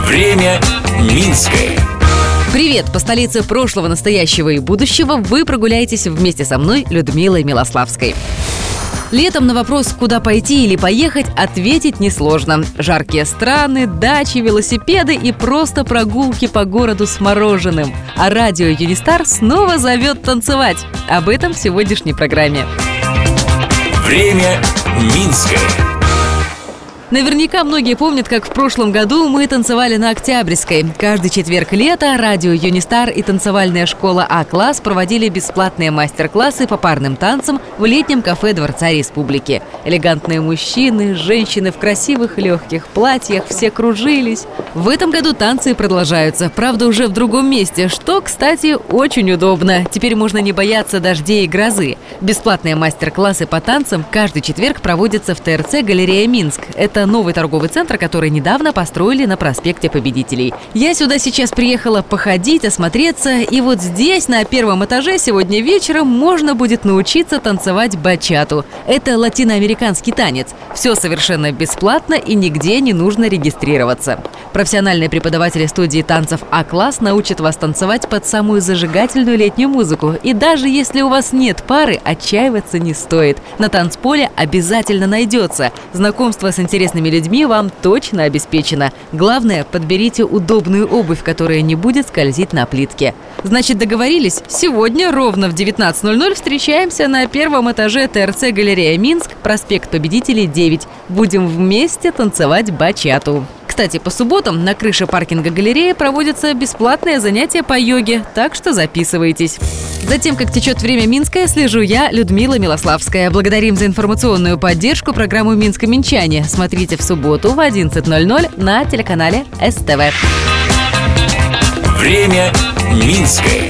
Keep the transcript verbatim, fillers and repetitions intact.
Время Минское. Привет! По столице прошлого, настоящего и будущего вы прогуляетесь вместе со мной, Людмилой Милославской. Летом на вопрос, куда пойти или поехать, ответить несложно. Жаркие страны, дачи, велосипеды и просто прогулки по городу с мороженым. А радио Юнистар снова зовет танцевать. Об этом в сегодняшней программе. Время Минское. Наверняка многие помнят, как в прошлом году мы танцевали на Октябрьской. Каждый четверг лета радио Юнистар и танцевальная школа А-класс проводили бесплатные мастер-классы по парным танцам в летнем кафе Дворца Республики. Элегантные мужчины, женщины в красивых легких платьях, все кружились. В этом году танцы продолжаются, правда, уже в другом месте, что, кстати, очень удобно. Теперь можно не бояться дождей и грозы. Бесплатные мастер-классы по танцам каждый четверг проводятся в ТРЦ «Галерея Минск». Это новый торговый центр, который недавно построили на проспекте Победителей. Я сюда сейчас приехала походить, осмотреться, и вот здесь, на первом этаже, сегодня вечером можно будет научиться танцевать бачату. Это латиноамериканский танец. Все совершенно бесплатно и нигде не нужно регистрироваться. Профессиональные преподаватели студии танцев А-класс научат вас танцевать под самую зажигательную летнюю музыку. И даже если у вас нет пары, отчаиваться не стоит. На танцполе обязательно найдется. Знакомство с интересными людьми вам точно обеспечено. Главное, подберите удобную обувь, которая не будет скользить на плитке. Значит, договорились? Сегодня ровно в девятнадцать ноль ноль встречаемся на первом этаже ТРЦ «Галерея Минск», проспект Победителей, девять. Будем вместе танцевать бачату. Кстати, по субботам на крыше паркинга галереи проводятся бесплатные занятия по йоге, так что записывайтесь. За тем, как течет время Минское, слежу я, Людмила Милославская. Благодарим за информационную поддержку программу «Минско-Минчане». Смотрите в субботу в одиннадцать ноль ноль на телеканале СТВ. Время Минское.